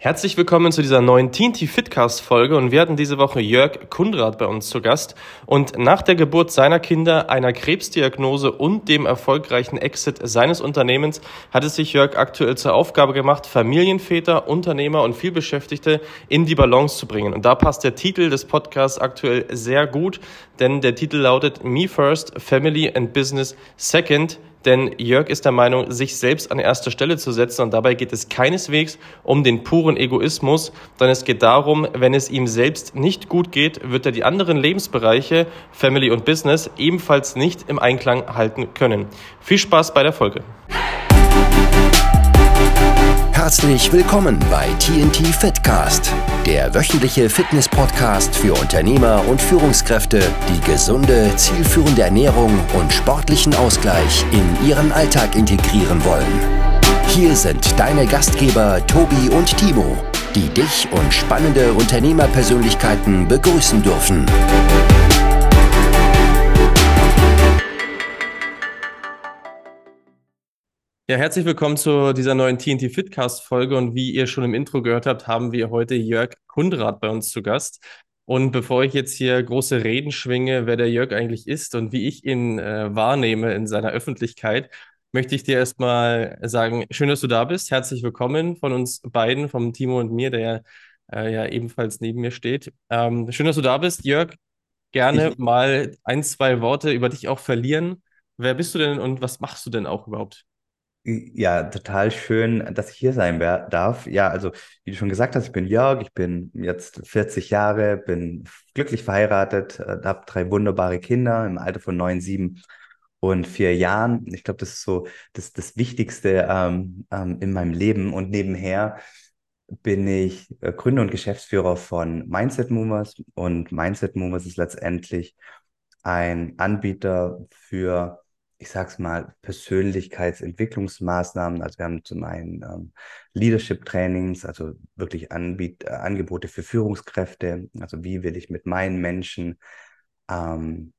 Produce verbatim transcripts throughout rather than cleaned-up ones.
Herzlich willkommen zu dieser neuen T N T Fitcast Folge und wir hatten diese Woche Jörg Kundrath bei uns zu Gast und nach der Geburt seiner Kinder, einer Krebsdiagnose und dem erfolgreichen Exit seines Unternehmens hat es sich Jörg aktuell zur Aufgabe gemacht, Familienväter, Unternehmer und vielbeschäftigte in die Balance zu bringen. Und da passt der Titel des Podcasts aktuell sehr gut, denn der Titel lautet Me First, Family and Business Second. Denn Jörg ist der Meinung, sich selbst an erster Stelle zu setzen und dabei geht es keineswegs um den puren Egoismus, sondern es geht darum, wenn es ihm selbst nicht gut geht, wird er die anderen Lebensbereiche, Family und Business, ebenfalls nicht im Einklang halten können. Viel Spaß bei der Folge. Herzlich willkommen bei T N T Fitcast, der wöchentliche Fitness-Podcast für Unternehmer und Führungskräfte, die gesunde, zielführende Ernährung und sportlichen Ausgleich in ihren Alltag integrieren wollen. Hier sind deine Gastgeber Tobi und Timo, die dich und spannende Unternehmerpersönlichkeiten begrüßen dürfen. Ja, herzlich willkommen zu dieser neuen T N T Fitcast Folge und wie ihr schon im Intro gehört habt, haben wir heute Jörg Kundrath bei uns zu Gast. Und bevor ich jetzt hier große Reden schwinge, wer der Jörg eigentlich ist und wie ich ihn äh, wahrnehme in seiner Öffentlichkeit, möchte ich dir erstmal sagen, schön, dass du da bist. Herzlich willkommen von uns beiden, vom Timo und mir, der äh, ja ebenfalls neben mir steht. Ähm, schön, dass du da bist, Jörg. Gerne Ich, mal ein, zwei Worte über dich auch verlieren. Wer bist du denn und was machst du denn auch überhaupt? ja, total schön, dass ich hier sein wer- darf. Ja, also wie du schon gesagt hast, ich bin Jörg, ich bin jetzt vierzig Jahre, bin glücklich verheiratet, äh, habe drei wunderbare Kinder im Alter von neun, sieben und vier Jahren. Ich glaube, das ist so das, das Wichtigste ähm, ähm, in meinem Leben. Und nebenher bin ich äh, Gründer und Geschäftsführer von Mindset Movers. Und Mindset Movers ist letztendlich ein Anbieter für, ich sag's mal, Persönlichkeitsentwicklungsmaßnahmen. Also wir haben zum einen ähm, Leadership-Trainings, also wirklich Anbiet, äh, Angebote für Führungskräfte. Also wie will ich mit meinen Menschen ähm,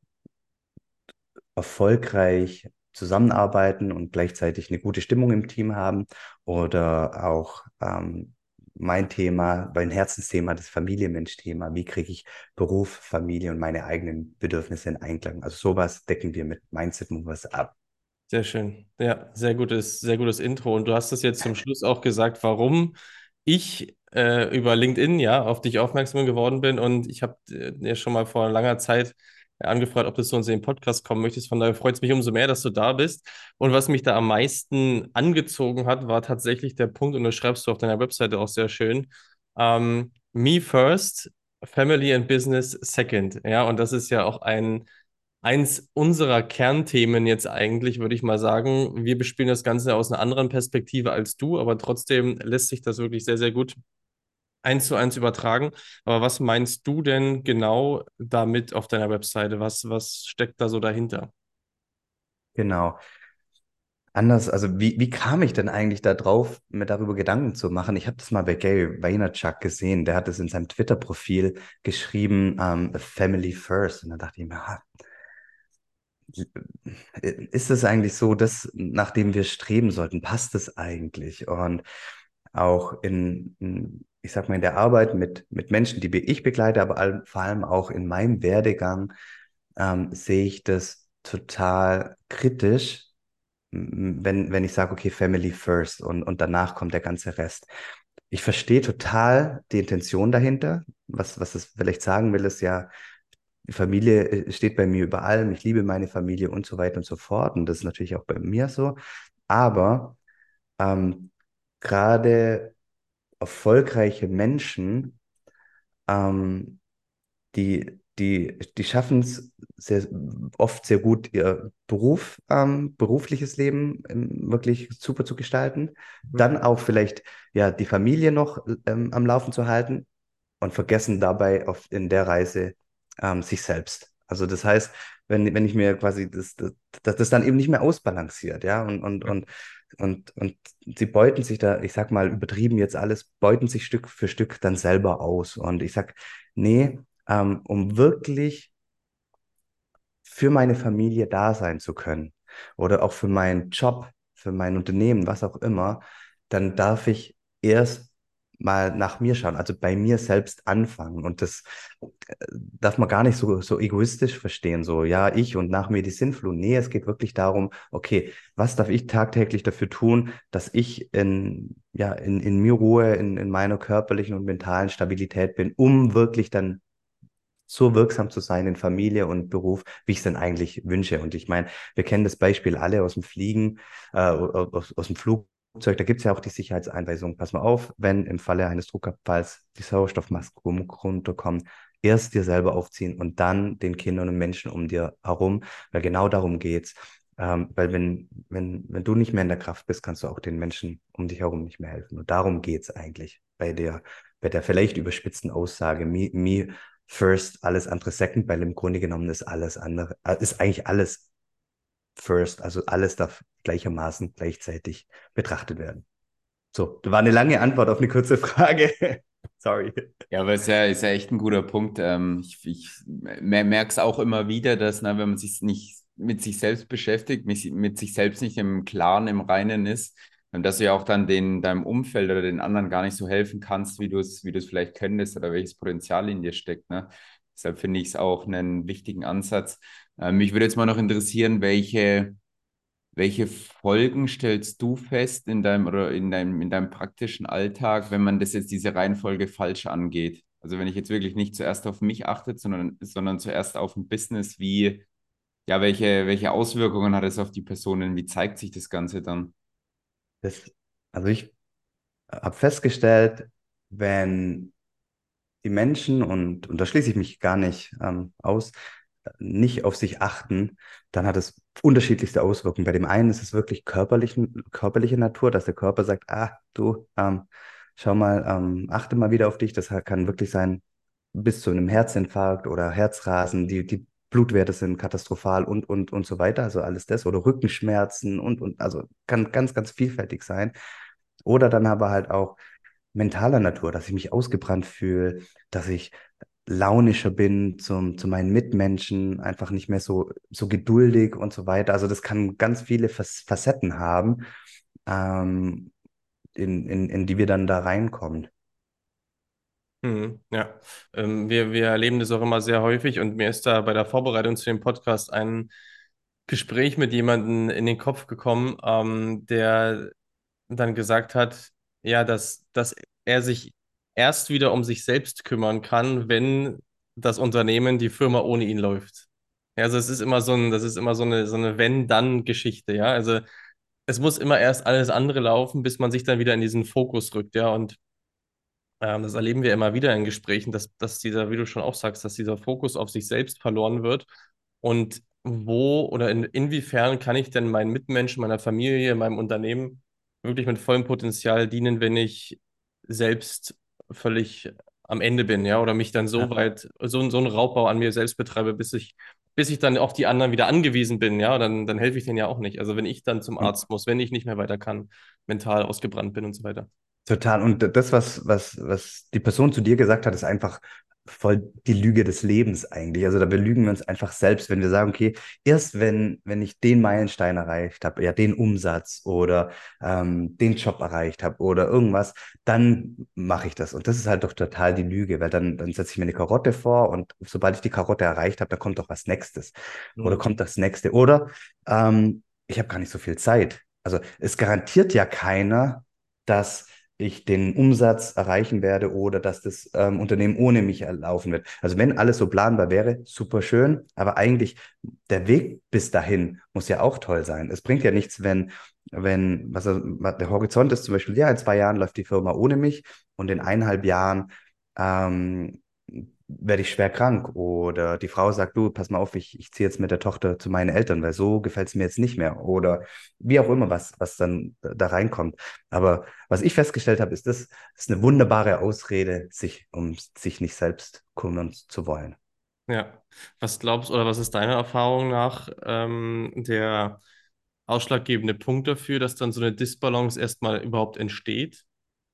erfolgreich zusammenarbeiten und gleichzeitig eine gute Stimmung im Team haben. Oder auch ähm, mein Thema, mein Herzensthema, das Familienmensch-Thema. Wie kriege ich Beruf, Familie und meine eigenen Bedürfnisse in Einklang? Also sowas decken wir mit Mindset Movers ab. Sehr schön. Ja, sehr gutes, sehr gutes Intro. Und du hast es jetzt zum Schluss auch gesagt, warum ich äh, über LinkedIn ja auf dich aufmerksam geworden bin. Und ich habe äh, ja schon mal vor langer Zeit angefragt, ob du zu uns in den Podcast kommen möchtest. Von daher freut es mich umso mehr, dass du da bist. Und was mich da am meisten angezogen hat, war tatsächlich der Punkt, und das schreibst du auf deiner Webseite auch sehr schön. Ähm, Me first, Family and Business second. Ja, und das ist ja auch ein eins unserer Kernthemen jetzt eigentlich, würde ich mal sagen. Wir bespielen das Ganze aus einer anderen Perspektive als du, aber trotzdem lässt sich das wirklich sehr, sehr gut eins zu eins übertragen. Aber was meinst du denn genau damit auf deiner Webseite? Was, was steckt da so dahinter? Genau. Anders, also wie, wie kam ich denn eigentlich da drauf, mir darüber Gedanken zu machen? Ich habe das mal bei Gary Vaynerchuk gesehen, der hat es in seinem Twitter-Profil geschrieben, ähm, Family First. Und da dachte ich mir, ah, ist es eigentlich so, dass nach dem wir streben sollten? Passt es eigentlich? Und auch in, in, ich sag mal, in der Arbeit mit, mit Menschen, die ich begleite, aber all, vor allem auch in meinem Werdegang, ähm, sehe ich das total kritisch, m- wenn, wenn ich sage, okay, Family first und, und danach kommt der ganze Rest. Ich verstehe total die Intention dahinter. Was, was es vielleicht sagen will, ist ja, die Familie äh, steht bei mir über allem. Ich liebe meine Familie und so weiter und so fort. Und das ist natürlich auch bei mir so. Aber ähm, gerade erfolgreiche Menschen, ähm, die, die, die schaffen es sehr oft sehr gut, ihr Beruf, ähm, berufliches Leben ähm, wirklich super zu gestalten. Mhm. Dann auch vielleicht ja die Familie noch ähm, am Laufen zu halten und vergessen dabei auf, in der Reise ähm, sich selbst. Also das heißt, wenn, wenn ich mir quasi das, das, das, das dann eben nicht mehr ausbalanciert, ja, und, und, und, und, und sie beuten sich da, ich sag mal, übertrieben jetzt alles, beuten sich Stück für Stück dann selber aus. Und ich sag, nee, ähm, um wirklich für meine Familie da sein zu können oder auch für meinen Job, für mein Unternehmen, was auch immer, dann darf ich erst mal nach mir schauen, also bei mir selbst anfangen. Und das äh, darf man gar nicht so, so egoistisch verstehen, so, ja, ich und nach mir die Sintflut. Nee, es geht wirklich darum, okay, was darf ich tagtäglich dafür tun, dass ich in, ja, in, in mir Ruhe, in, in meiner körperlichen und mentalen Stabilität bin, um wirklich dann so wirksam zu sein in Familie und Beruf, wie ich es denn eigentlich wünsche. Und ich meine, wir kennen das Beispiel alle aus dem Fliegen, äh, aus, aus dem Flugzeug. Da gibt es ja auch die Sicherheitseinweisung. Pass mal auf, wenn im Falle eines Druckabfalls die Sauerstoffmaske runterkommt, erst dir selber aufziehen und dann den Kindern und Menschen um dir herum, weil genau darum geht's. Ähm, weil wenn, wenn, wenn du nicht mehr in der Kraft bist, kannst du auch den Menschen um dich herum nicht mehr helfen. Und darum geht's eigentlich bei der, bei der vielleicht überspitzten Aussage, me, me first, alles andere second, weil im Grunde genommen ist alles andere, äh, ist eigentlich alles first, also alles darf gleichermaßen gleichzeitig betrachtet werden. So, das war eine lange Antwort auf eine kurze Frage. Sorry. Ja, aber ist ja, ist ja echt ein guter Punkt. Ähm, ich ich merke es auch immer wieder, dass, na, wenn man sich nicht mit sich selbst beschäftigt, mit, mit sich selbst nicht im Klaren, im Reinen ist, und dass du ja auch dann den, deinem Umfeld oder den anderen gar nicht so helfen kannst, wie du es, wie du es vielleicht könntest oder welches Potenzial in dir steckt, ne? Deshalb finde ich es auch einen wichtigen Ansatz. Ähm, mich würde jetzt mal noch interessieren, welche welche Folgen stellst du fest in deinem oder in deinem, in deinem praktischen Alltag, wenn man das jetzt diese Reihenfolge falsch angeht? Also wenn ich jetzt wirklich nicht zuerst auf mich achte, sondern, sondern zuerst auf ein Business, wie, ja, welche, welche Auswirkungen hat es auf die Personen? Wie zeigt sich das Ganze dann? Das, also ich habe festgestellt, wenn die Menschen, und, und da schließe ich mich gar nicht ähm, aus, nicht auf sich achten, dann hat es unterschiedlichste Auswirkungen. Bei dem einen ist es wirklich körperlichen, körperliche Natur, dass der Körper sagt, ah, du, ähm, schau mal, ähm, achte mal wieder auf dich. Das kann wirklich sein bis zu einem Herzinfarkt oder Herzrasen, die, die Blutwerte sind katastrophal und, und, und so weiter. Also alles das oder Rückenschmerzen und, und, also kann ganz, ganz vielfältig sein. Oder dann aber halt auch mentaler Natur, dass ich mich ausgebrannt fühle, dass ich launischer bin zum, zu meinen Mitmenschen, einfach nicht mehr so, so geduldig und so weiter. Also das kann ganz viele Facetten haben, ähm, in, in, in die wir dann da reinkommen. Mhm, ja, ähm, wir, wir erleben das auch immer sehr häufig und mir ist da bei der Vorbereitung zu dem Podcast ein Gespräch mit jemandem in den Kopf gekommen, ähm, der dann gesagt hat, ja, dass, dass er sich erst wieder um sich selbst kümmern kann, wenn das Unternehmen, die Firma ohne ihn läuft. Ja, also es ist immer so ein, das ist immer so eine, so eine Wenn-Dann-Geschichte, ja. Also es muss immer erst alles andere laufen, bis man sich dann wieder in diesen Fokus rückt, ja. Und ähm, das erleben wir immer wieder in Gesprächen, dass, dass dieser, wie du schon auch sagst, dass dieser Fokus auf sich selbst verloren wird. Und wo oder in, inwiefern kann ich denn meinen Mitmenschen, meiner Familie, meinem Unternehmen wirklich mit vollem Potenzial dienen, wenn ich selbst völlig am Ende bin, ja, oder mich dann so Ja. weit, so, so einen Raubbau an mir selbst betreibe, bis ich, bis ich dann auf die anderen wieder angewiesen bin, ja, dann, dann helfe ich denen ja auch nicht. Also wenn ich dann zum Arzt muss, wenn ich nicht mehr weiter kann, mental ausgebrannt bin und so weiter. Total. Und das, was, was, was die Person zu dir gesagt hat, ist einfach voll die Lüge des Lebens eigentlich. Also da belügen wir uns einfach selbst, wenn wir sagen, okay, erst wenn, wenn ich den Meilenstein erreicht habe, ja, den Umsatz oder ähm, den Job erreicht habe oder irgendwas, dann mache ich das. Und das ist halt doch total die Lüge, weil dann, dann setze ich mir eine Karotte vor und sobald ich die Karotte erreicht habe, dann kommt doch was Nächstes. Oder Mhm. kommt das Nächste. Oder ähm, ich habe gar nicht so viel Zeit. Also es garantiert ja keiner, dass ich den Umsatz erreichen werde oder dass das ähm, Unternehmen ohne mich laufen wird. Also wenn alles so planbar wäre, super schön, aber eigentlich der Weg bis dahin muss ja auch toll sein. Es bringt ja nichts, wenn, wenn, was der Horizont ist zum Beispiel, ja, in zwei Jahren läuft die Firma ohne mich und in eineinhalb Jahren ähm, werde ich schwer krank oder die Frau sagt, du, pass mal auf, ich, ich ziehe jetzt mit der Tochter zu meinen Eltern, weil so gefällt es mir jetzt nicht mehr oder wie auch immer, was, was dann da reinkommt. Aber was ich festgestellt habe, ist, das ist eine wunderbare Ausrede, sich um sich nicht selbst kümmern zu wollen. Ja. Was glaubst oder was ist deiner Erfahrung nach ähm, der ausschlaggebende Punkt dafür, dass dann so eine Disbalance erstmal überhaupt entsteht?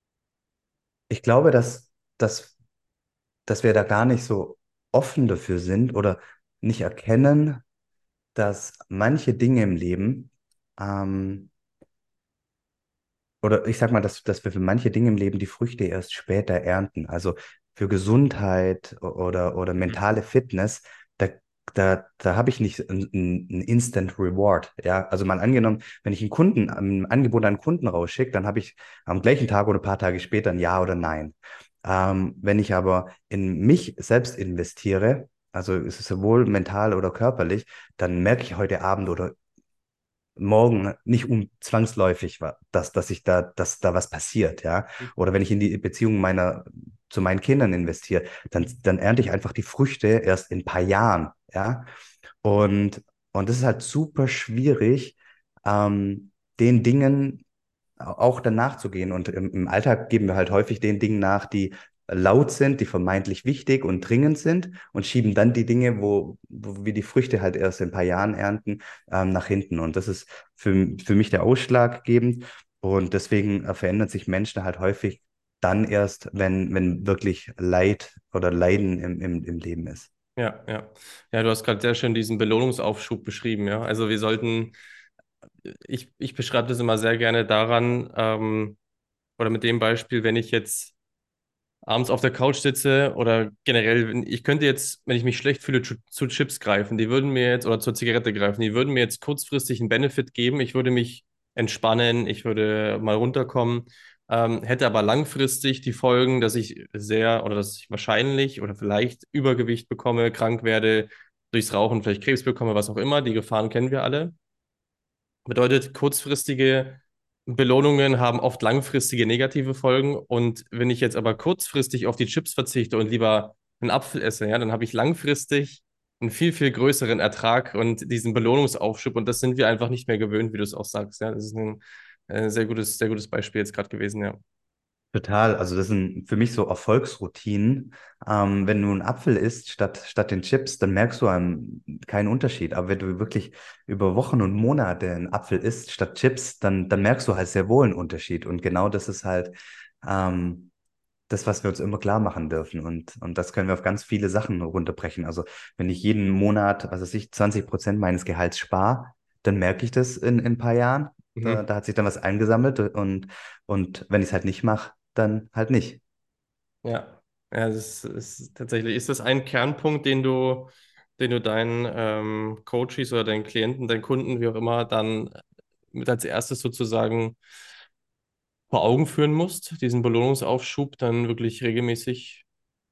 Ich glaube, dass, dass, dass wir da gar nicht so offen dafür sind oder nicht erkennen, dass manche Dinge im Leben ähm, oder ich sag mal, dass, dass wir für manche Dinge im Leben die Früchte erst später ernten. Also für Gesundheit o- oder, oder mentale Fitness, da, da, da habe ich nicht ein, ein ein Instant Reward. Ja, also mal angenommen, wenn ich einen Kunden, ein Angebot an einen Kunden rausschicke, dann habe ich am gleichen Tag oder ein paar Tage später ein Ja oder Nein. Ähm, wenn ich aber in mich selbst investiere, also ist es sowohl mental oder körperlich, dann merke ich heute Abend oder morgen nicht um zwangsläufig, wa- dass, dass ich da, dass da was passiert, ja. Oder wenn ich in die Beziehung meiner, zu meinen Kindern investiere, dann, dann ernte ich einfach die Früchte erst in ein paar Jahren, ja. Und, und das ist halt super schwierig, ähm, den Dingen auch danach zu gehen. Und im, im Alltag geben wir halt häufig den Dingen nach, die laut sind, die vermeintlich wichtig und dringend sind und schieben dann die Dinge, wo, wo wir die Früchte halt erst in ein paar Jahren ernten, ähm, nach hinten. Und das ist für, für mich der ausschlaggebend. Und deswegen äh, verändern sich Menschen halt häufig dann erst, wenn, wenn wirklich Leid oder Leiden im, im, im Leben ist. Ja, ja. Ja, du hast gerade sehr schön diesen Belohnungsaufschub beschrieben, ja. Also wir sollten, ich, ich beschreibe das immer sehr gerne daran, ähm, oder mit dem Beispiel, wenn ich jetzt abends auf der Couch sitze oder generell, wenn- ich könnte jetzt, wenn ich mich schlecht fühle, zu, zu Chips greifen, die würden mir jetzt, oder zur Zigarette greifen, die würden mir jetzt kurzfristig einen Benefit geben, ich würde mich entspannen, ich würde mal runterkommen, ähm, hätte aber langfristig die Folgen, dass ich sehr, oder dass ich wahrscheinlich oder vielleicht Übergewicht bekomme, krank werde, durchs Rauchen vielleicht Krebs bekomme, was auch immer, die Gefahren kennen wir alle. Bedeutet, kurzfristige Belohnungen haben oft langfristige negative Folgen. Und wenn ich jetzt aber kurzfristig auf die Chips verzichte und lieber einen Apfel esse, ja, dann habe ich langfristig einen viel, viel größeren Ertrag und diesen Belohnungsaufschub. Und das sind wir einfach nicht mehr gewöhnt, wie du es auch sagst. Ja, das ist ein äh, sehr gutes, sehr gutes Beispiel jetzt gerade gewesen, ja. Total, also das sind für mich so Erfolgsroutinen. Ähm, wenn du einen Apfel isst statt, statt den Chips, dann merkst du einen, keinen Unterschied. Aber wenn du wirklich über Wochen und Monate einen Apfel isst statt Chips, dann, dann merkst du halt sehr wohl einen Unterschied. Und genau das ist halt ähm, das, was wir uns immer klar machen dürfen. Und, und das können wir auf ganz viele Sachen runterbrechen. Also wenn ich jeden Monat, was weiß ich, zwanzig Prozent meines Gehalts spare, dann merke ich das in, in ein paar Jahren. Da, Mhm. da hat sich dann was eingesammelt und, und wenn ich es halt nicht mache, dann halt nicht. Ja, ja, das ist tatsächlich, ist das ein Kernpunkt, den du, den du deinen ähm, Coaches oder deinen Klienten, deinen Kunden, wie auch immer, dann mit als erstes sozusagen vor Augen führen musst, diesen Belohnungsaufschub dann wirklich regelmäßig.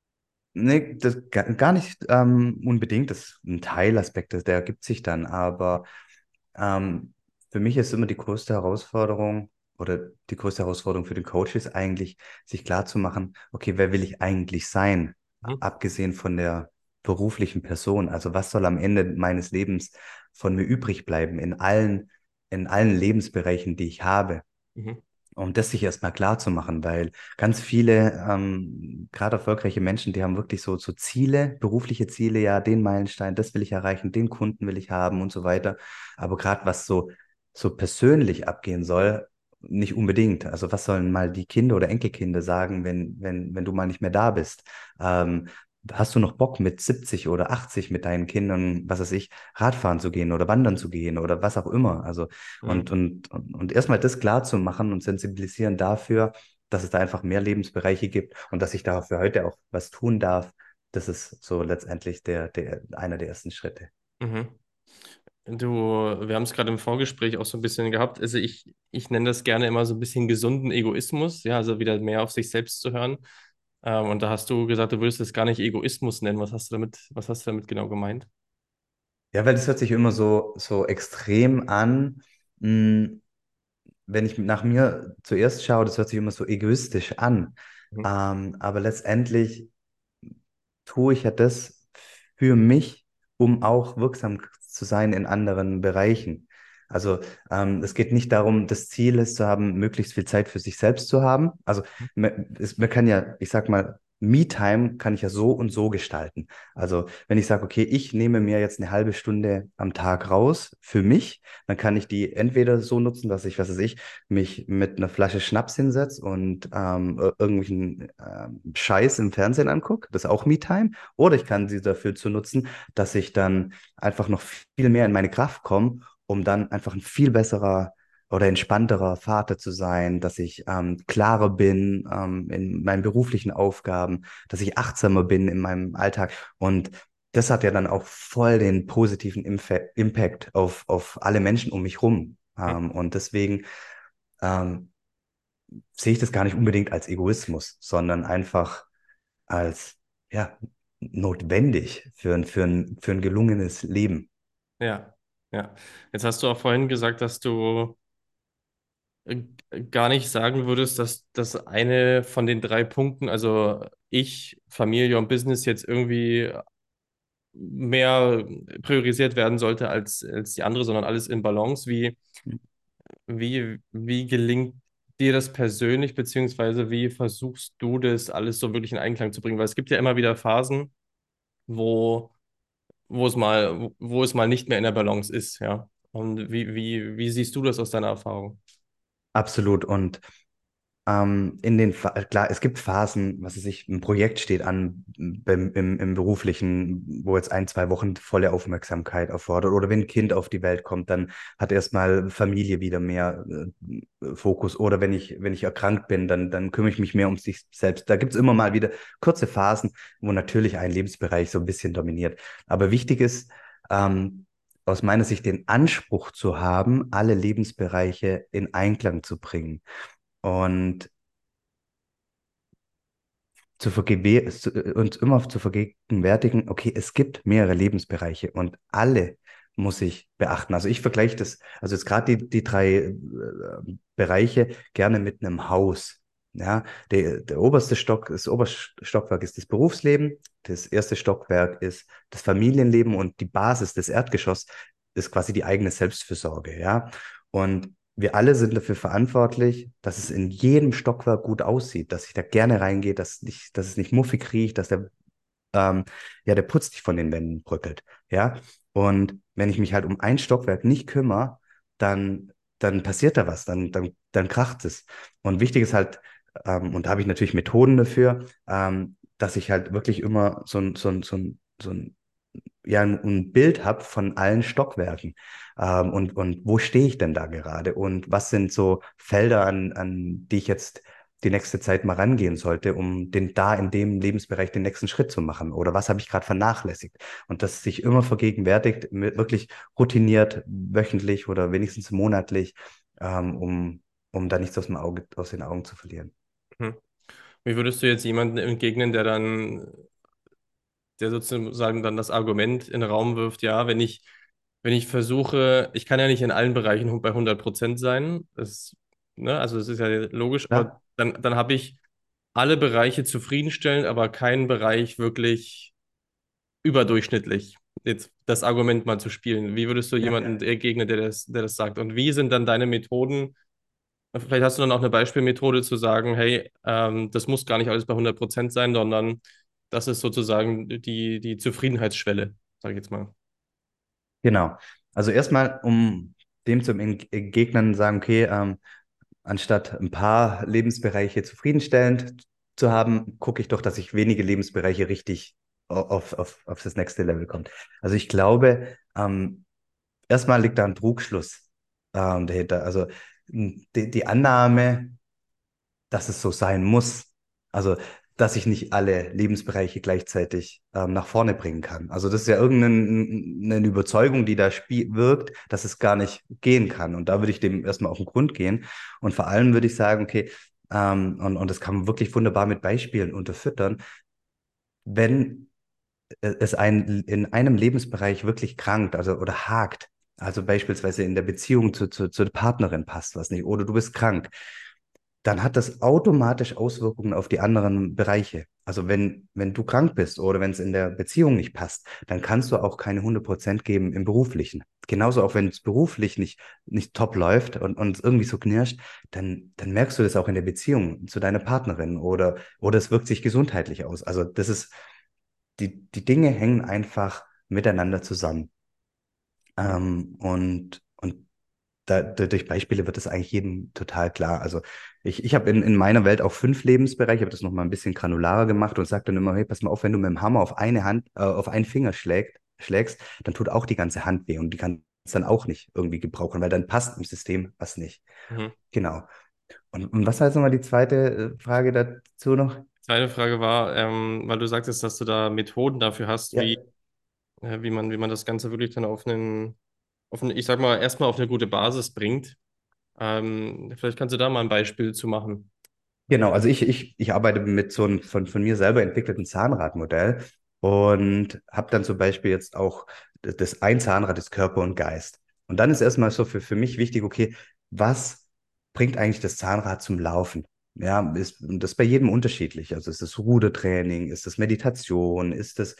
Nee, das ga- gar nicht ähm, unbedingt. Das ist ein Teilaspekt, das- der ergibt sich dann. Aber ähm, für mich ist immer die größte Herausforderung oder die größte Herausforderung für den Coach ist eigentlich, sich klarzumachen, okay, wer will ich eigentlich sein? Mhm. Abgesehen von der beruflichen Person. Also was soll am Ende meines Lebens von mir übrig bleiben in allen, in allen Lebensbereichen, die ich habe? Mhm. Um das sich erstmal klar zu machen, weil ganz viele, ähm, gerade erfolgreiche Menschen, die haben wirklich so, so Ziele, berufliche Ziele, ja, den Meilenstein, das will ich erreichen, den Kunden will ich haben und so weiter. Aber gerade was so, so persönlich abgehen soll, nicht unbedingt. Also was sollen mal die Kinder oder Enkelkinder sagen, wenn, wenn, wenn du mal nicht mehr da bist? Ähm, Hast du noch Bock mit siebzig oder achtzig mit deinen Kindern, was weiß ich, Radfahren zu gehen oder wandern zu gehen oder was auch immer? Also und, Mhm. und, und, und erstmal das klar zu machen und sensibilisieren dafür, dass es da einfach mehr Lebensbereiche gibt und dass ich dafür heute auch was tun darf, das ist so letztendlich der, der, einer der ersten Schritte. Mhm. Du, wir haben es gerade im Vorgespräch auch so ein bisschen gehabt. Also ich, ich nenne das gerne immer so ein bisschen gesunden Egoismus, ja, also wieder mehr auf sich selbst zu hören. Ähm, und da hast du gesagt, du würdest es gar nicht Egoismus nennen. Was hast du damit, was hast du damit genau gemeint? Ja, weil das hört sich immer so, so extrem an. Mh, wenn ich nach mir zuerst schaue, das hört sich immer so egoistisch an. Mhm. Ähm, aber letztendlich tue ich ja das für mich, um auch wirksam zu sein in anderen Bereichen. Also ähm, es geht nicht darum, das Ziel ist zu haben, möglichst viel Zeit für sich selbst zu haben. Also man, es, man kann ja, ich sag mal, Me-Time kann ich ja so und so gestalten. Also wenn ich sage, okay, ich nehme mir jetzt eine halbe Stunde am Tag raus für mich, dann kann ich die entweder so nutzen, dass ich, was weiß ich, mich mit einer Flasche Schnaps hinsetze und ähm, ir- irgendwelchen ähm, Scheiß im Fernsehen angucke. Das ist auch Me-Time. Oder ich kann sie dafür zu nutzen, dass ich dann einfach noch viel mehr in meine Kraft komme, um dann einfach ein viel besserer oder entspannterer Vater zu sein, dass ich ähm, klarer bin ähm, in meinen beruflichen Aufgaben, dass ich achtsamer bin in meinem Alltag. Und das hat ja dann auch voll den positiven Imfe- Impact auf, auf alle Menschen um mich rum. Hm. Ähm, und deswegen ähm, sehe ich das gar nicht unbedingt als Egoismus, sondern einfach als ja, notwendig für ein, für ein, für ein gelungenes Leben. Ja, ja. Jetzt hast du auch vorhin gesagt, dass du äh, gar nicht sagen würdest, dass das eine von den drei Punkten, also ich, Familie und Business jetzt irgendwie mehr priorisiert werden sollte als, als die andere, sondern alles in Balance. Wie, wie, wie gelingt dir das persönlich, beziehungsweise wie versuchst du das alles so wirklich in Einklang zu bringen? Weil es gibt ja immer wieder Phasen, wo, wo es mal, wo es mal nicht mehr in der Balance ist, ja. Und wie, wie, wie siehst du das aus deiner Erfahrung? Absolut. Und Ähm, in den, Pha- klar, es gibt Phasen, was weiß ich, ein Projekt steht an beim, im, im Beruflichen, wo jetzt ein, zwei Wochen volle Aufmerksamkeit erfordert. Oder wenn ein Kind auf die Welt kommt, dann hat erstmal Familie wieder mehr äh, Fokus. Oder wenn ich, wenn ich erkrankt bin, dann, dann kümmere ich mich mehr um sich selbst. Da gibt es immer mal wieder kurze Phasen, wo natürlich ein Lebensbereich so ein bisschen dominiert. Aber wichtig ist, ähm, aus meiner Sicht den Anspruch zu haben, alle Lebensbereiche in Einklang zu bringen. Und zu vergewe zu, uns immer zu vergegenwärtigen, okay, es gibt mehrere Lebensbereiche und alle muss ich beachten. Also ich vergleiche das, also jetzt gerade die, die drei äh, Bereiche gerne mit einem Haus. Ja, der, der oberste Stock, das oberste Stockwerk ist das Berufsleben, das erste Stockwerk ist das Familienleben und die Basis, das Erdgeschoss, ist quasi die eigene Selbstfürsorge. Ja, und wir alle sind dafür verantwortlich, dass es in jedem Stockwerk gut aussieht, dass ich da gerne reingehe, dass, nicht, dass es nicht muffig riecht, dass der, ähm, ja, der Putz nicht von den Wänden bröckelt. Ja? Und wenn ich mich halt um ein Stockwerk nicht kümmere, dann, dann passiert da was, dann, dann, dann kracht es. Und wichtig ist halt, ähm, und da habe ich natürlich Methoden dafür, ähm, dass ich halt wirklich immer so ein, so ein, so ein, so ein ja ein, ein Bild habe von allen Stockwerken. Ähm, und, und wo stehe ich denn da gerade? Und was sind so Felder, an, an die ich jetzt die nächste Zeit mal rangehen sollte, um den da in dem Lebensbereich den nächsten Schritt zu machen? Oder was habe ich gerade vernachlässigt? Und das sich immer vergegenwärtigt, mit- wirklich routiniert, wöchentlich oder wenigstens monatlich, ähm, um, um da nichts aus dem Auge, aus den Augen zu verlieren. Hm. Wie würdest du jetzt jemanden entgegnen, der dann, der sozusagen dann das Argument in den Raum wirft, ja, wenn ich, wenn ich versuche, ich kann ja nicht in allen Bereichen bei hundert Prozent sein, das, ne, also das ist ja logisch, aber Ja, dann, dann habe ich alle Bereiche zufriedenstellend, aber keinen Bereich wirklich überdurchschnittlich. Jetzt das Argument mal zu spielen. Wie würdest du ja. jemanden entgegnen, der das, der das sagt? Und wie sind dann deine Methoden? Vielleicht hast du dann auch eine Beispielmethode zu sagen, hey, ähm, das muss gar nicht alles bei hundert Prozent sein, sondern das ist sozusagen die, die Zufriedenheitsschwelle, sage ich jetzt mal. Genau. Also erstmal, um dem zu entgegnen, sagen, okay, ähm, anstatt ein paar Lebensbereiche zufriedenstellend zu haben, gucke ich doch, dass ich wenige Lebensbereiche richtig auf, auf, auf das nächste Level kommt. Also ich glaube, ähm, erstmal liegt da ein Trugschluss ähm, dahinter. Also m, die, die Annahme, dass es so sein muss. Also, dass ich nicht alle Lebensbereiche gleichzeitig ähm, nach vorne bringen kann. Also, das ist ja irgendeine eine Überzeugung, die da spie- wirkt, dass es gar nicht gehen kann. Und da würde ich dem erstmal auf den Grund gehen. Und vor allem würde ich sagen, okay, ähm, und, und das kann man wirklich wunderbar mit Beispielen unterfüttern, wenn äh, es ein, in einem Lebensbereich wirklich krankt, also oder hakt, also beispielsweise in der Beziehung zu, zu, zur Partnerin passt was nicht, oder du bist krank, dann hat das automatisch Auswirkungen auf die anderen Bereiche. Also wenn, wenn du krank bist oder wenn es in der Beziehung nicht passt, dann kannst du auch keine hundert Prozent geben im Beruflichen. Genauso auch wenn es beruflich nicht, nicht top läuft und, und es irgendwie so knirscht, dann, dann merkst du das auch in der Beziehung zu deiner Partnerin oder, oder es wirkt sich gesundheitlich aus. Also das ist, die, die Dinge hängen einfach miteinander zusammen. Ähm, und, und da, da, durch Beispiele wird das eigentlich jedem total klar. Also ich, ich habe in, in meiner Welt auch fünf Lebensbereiche, habe das nochmal ein bisschen granularer gemacht und sage dann immer, hey, pass mal auf, wenn du mit dem Hammer auf eine Hand, äh, auf einen Finger schlägt, schlägst, dann tut auch die ganze Hand weh und die ganze dann auch nicht irgendwie gebrauchen, weil dann passt im System was nicht. Mhm. Genau. Und, und was war jetzt nochmal die zweite äh, Frage dazu noch? Zweite Frage war, ähm, weil du sagtest, dass du da Methoden dafür hast, Ja, wie, äh, wie man, wie man das Ganze wirklich dann auf einen, auf einen, ich sag mal, erstmal auf eine gute Basis bringt. Ähm, vielleicht kannst du da mal ein Beispiel zu machen. genau. Also ich, ich, ich arbeite mit so einem von, von mir selber entwickelten Zahnradmodell und habe dann zum Beispiel jetzt auch das das ein Zahnrad ist Körper und Geist. Und dann ist erstmal so für, für mich wichtig, okay, was bringt eigentlich das Zahnrad zum Laufen? Ja, ist das ist bei jedem unterschiedlich. Also ist das Rudertraining, ist das Meditation, ist das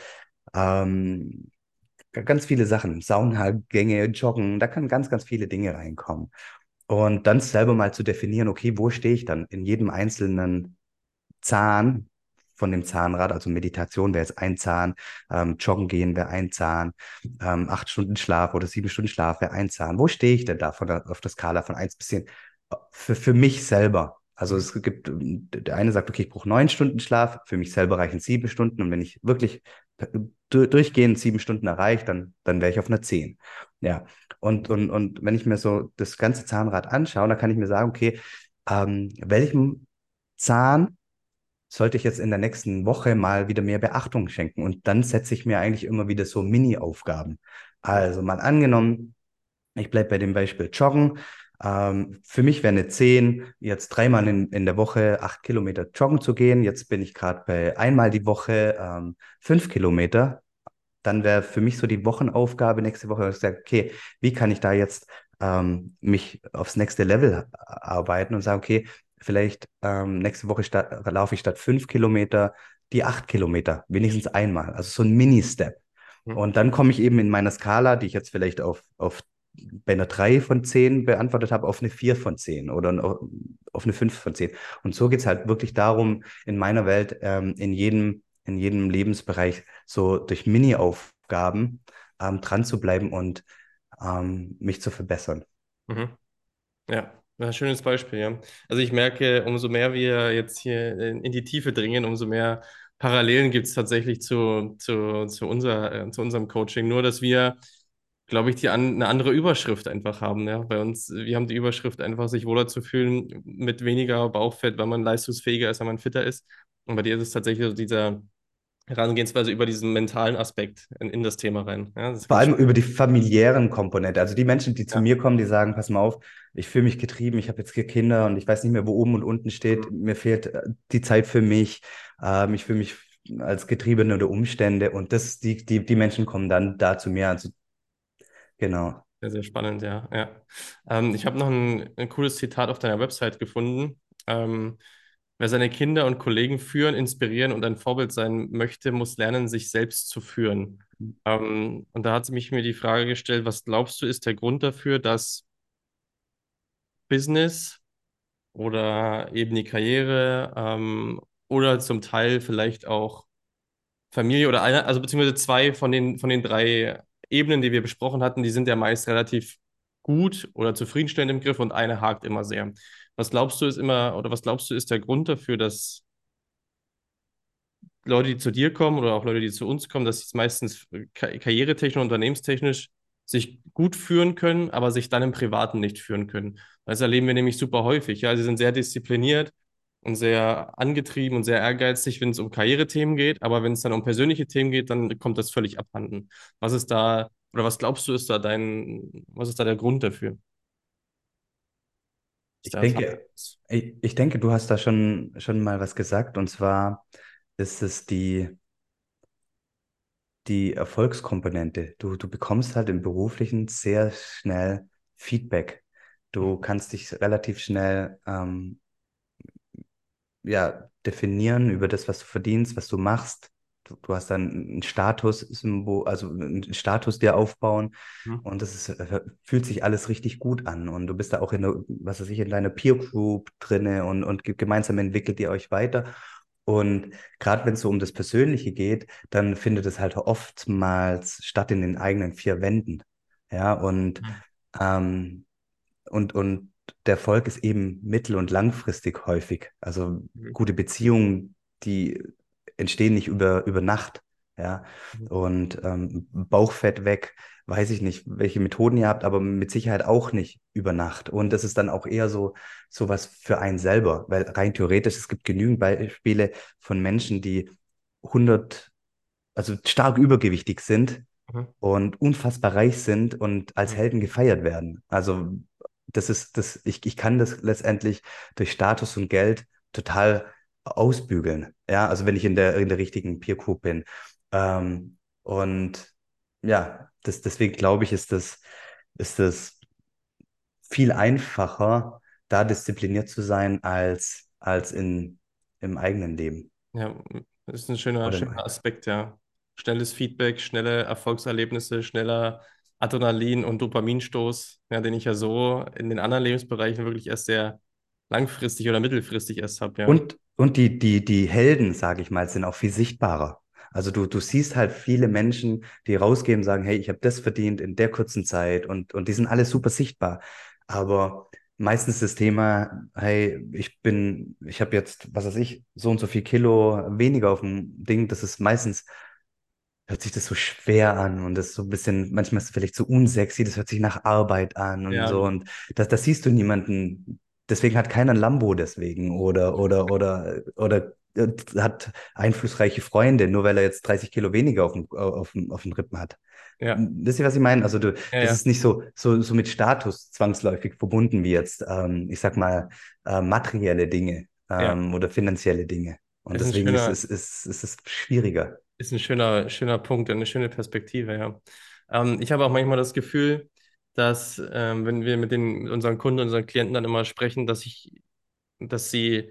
ähm, ganz viele Sachen, Saunagänge, Joggen, da können ganz, ganz viele Dinge reinkommen. Und dann selber mal zu definieren, okay, wo stehe ich dann in jedem einzelnen Zahn von dem Zahnrad, also Meditation wäre jetzt ein Zahn, ähm, Joggen gehen wäre ein Zahn, ähm, acht Stunden Schlaf oder sieben Stunden Schlaf wäre ein Zahn. Wo stehe ich denn da von der, auf der Skala von eins bis zehn? Für, für mich selber. Also Mhm. es gibt, ähm, der eine sagt, okay, ich brauche neun Stunden Schlaf, für mich selber reichen sieben Stunden und wenn ich wirklich du- durchgehend sieben Stunden erreiche, dann, dann wäre ich auf einer zehn. Ja, und, und, und wenn ich mir so das ganze Zahnrad anschaue, dann kann ich mir sagen, okay, ähm, welchem Zahn sollte ich jetzt in der nächsten Woche mal wieder mehr Beachtung schenken? Und dann setze ich mir eigentlich immer wieder so Mini-Aufgaben. Also mal angenommen, ich bleibe bei dem Beispiel Joggen. Ähm, für mich wäre eine zehn, jetzt dreimal in, in der Woche acht Kilometer joggen zu gehen. Jetzt bin ich gerade bei einmal die Woche ähm, fünf Kilometer. Dann wäre für mich so die Wochenaufgabe nächste Woche, dass ich sage, okay, wie kann ich da jetzt ähm, mich aufs nächste Level arbeiten und sagen, okay, vielleicht ähm, nächste Woche statt, laufe ich statt fünf Kilometer die acht Kilometer, wenigstens einmal. Also so ein Mini-Step. Mhm. Und dann komme ich eben in meiner Skala, die ich jetzt vielleicht auf, auf bei einer drei von zehn beantwortet habe, auf eine vier von zehn oder auf eine fünf von zehn. Und so geht es halt wirklich darum, in meiner Welt, ähm, in jedem, in jedem Lebensbereich so durch Mini-Aufgaben ähm, dran zu bleiben und ähm, mich zu verbessern. Mhm. Ja, ein schönes Beispiel, ja. Also ich merke, umso mehr wir jetzt hier in in die Tiefe dringen, umso mehr Parallelen gibt es tatsächlich zu, zu, zu, unser, äh, zu unserem Coaching. Nur, dass wir, glaube ich, die an, eine andere Überschrift einfach haben. Ja? Bei uns, wir haben die Überschrift einfach, sich wohler zu fühlen mit weniger Bauchfett, weil man leistungsfähiger ist, wenn man fitter ist. Und bei dir ist es tatsächlich so dieser Herangehensweise über diesen mentalen Aspekt in, in das Thema rein. Ja, das ist Vor ganz allem spannend. über die familiären Komponente. Also die Menschen, die zu Ja. mir kommen, die sagen, pass mal auf, ich fühle mich getrieben, ich habe jetzt vier Kinder und ich weiß nicht mehr, wo oben und unten steht. Mir fehlt äh, die Zeit für mich. Ähm, ich fühle mich als Getriebene der Umstände und das, die, die, die Menschen kommen dann da zu mir. Also genau. Sehr, sehr spannend, ja. Ja. Ähm, ich habe noch ein, ein cooles Zitat auf deiner Website gefunden. Ähm, wer seine Kinder und Kollegen führen, inspirieren und ein Vorbild sein möchte, muss lernen, sich selbst zu führen. Ähm, und da hat sie mich mir die Frage gestellt, was glaubst du, ist der Grund dafür, dass Business oder eben die Karriere ähm, oder zum Teil vielleicht auch Familie oder eine, also beziehungsweise zwei von den, von den drei Ebenen, die wir besprochen hatten, die sind ja meist relativ gut oder zufriedenstellend im Griff und eine hakt immer sehr. Was glaubst du ist immer, oder was glaubst du ist der Grund dafür, dass Leute, die zu dir kommen oder auch Leute, die zu uns kommen, dass sie es meistens ka- karrieretechnisch und unternehmenstechnisch sich gut führen können, aber sich dann im Privaten nicht führen können. Das erleben wir nämlich super häufig. Ja, sie sind sehr diszipliniert und sehr angetrieben und sehr ehrgeizig, wenn es um Karrierethemen geht, aber wenn es dann um persönliche Themen geht, dann kommt das völlig abhanden. Was ist da, oder was glaubst du, ist da dein, was ist da der Grund dafür? Was Ich der Erfahrung denke, ist? ich, ich denke, du hast da schon, schon mal was gesagt und zwar ist es die, die Erfolgskomponente. Du, du bekommst halt im Beruflichen sehr schnell Feedback. Du kannst dich relativ schnell ähm, ja, definieren über das, was du verdienst, was du machst. Du, du hast dann einen Statussymbol, also einen Status dir aufbauen Mhm. und das ist, äh, fühlt sich alles richtig gut an und du bist da auch in der, was weiß ich, in deiner Peer Group drinne und, und ge- gemeinsam entwickelt ihr euch weiter. Und gerade wenn es so um das Persönliche geht, dann findet es halt oftmals statt in den eigenen vier Wänden. Ja, und Mhm. ähm, und, und der Erfolg ist eben mittel- und langfristig häufig. Also Mhm. gute Beziehungen, die entstehen nicht über, über Nacht. Ja, Mhm. und ähm, Bauchfett weg, weiß ich nicht, welche Methoden ihr habt, aber mit Sicherheit auch nicht über Nacht. Und das ist dann auch eher so, so was für einen selber, weil rein theoretisch, es gibt genügend Beispiele von Menschen, die hundert, also stark übergewichtig sind Mhm. und unfassbar reich sind und als Mhm. Helden gefeiert werden. Also das ist das, ich, ich kann das letztendlich durch Status und Geld total ausbügeln. Ja, also wenn ich in der, in der richtigen Peer Group bin. Ähm, und ja, das, deswegen glaube ich, ist das, ist das viel einfacher, da diszipliniert zu sein, als, als in, im eigenen Leben. Ja, das ist ein schöner, Oder schöner im, Aspekt, ja. Schnelles Feedback, schnelle Erfolgserlebnisse, schneller Adrenalin- und Dopaminstoß, ja, den ich ja so in den anderen Lebensbereichen wirklich erst sehr langfristig oder mittelfristig erst habe, ja. Und, und die, die, die Helden, sage ich mal, sind auch viel sichtbarer. Also du, du siehst halt viele Menschen, die rausgehen und sagen, hey, ich habe das verdient in der kurzen Zeit und, und die sind alle super sichtbar. Aber meistens das Thema, hey, ich bin, ich habe jetzt, was weiß ich, so und so viel Kilo weniger auf dem Ding, das ist meistens, hört sich das so schwer an und das ist so ein bisschen, manchmal ist es vielleicht so unsexy, das hört sich nach Arbeit an und Ja, so genau. und das, das siehst du niemanden. Deswegen hat keiner ein Lambo deswegen oder, oder, oder, oder äh, hat einflussreiche Freunde, nur weil er jetzt dreißig Kilo weniger auf dem, auf dem, auf den Rippen hat. Ja, Wisst ihr, was ich meine? Also du, ja, das ja, ist nicht so, so, so mit Status zwangsläufig verbunden wie jetzt, ähm, ich sag mal, äh, materielle Dinge, ja. ähm, oder finanzielle Dinge. Und Ist ein deswegen ist schöner, es, ist, ist es schwieriger. ist ein schöner, schöner Punkt, eine schöne Perspektive, ja. Ähm, ich habe auch manchmal das Gefühl, dass, ähm, wenn wir mit den, mit unseren Kunden, unseren Klienten dann immer sprechen, dass ich, dass sie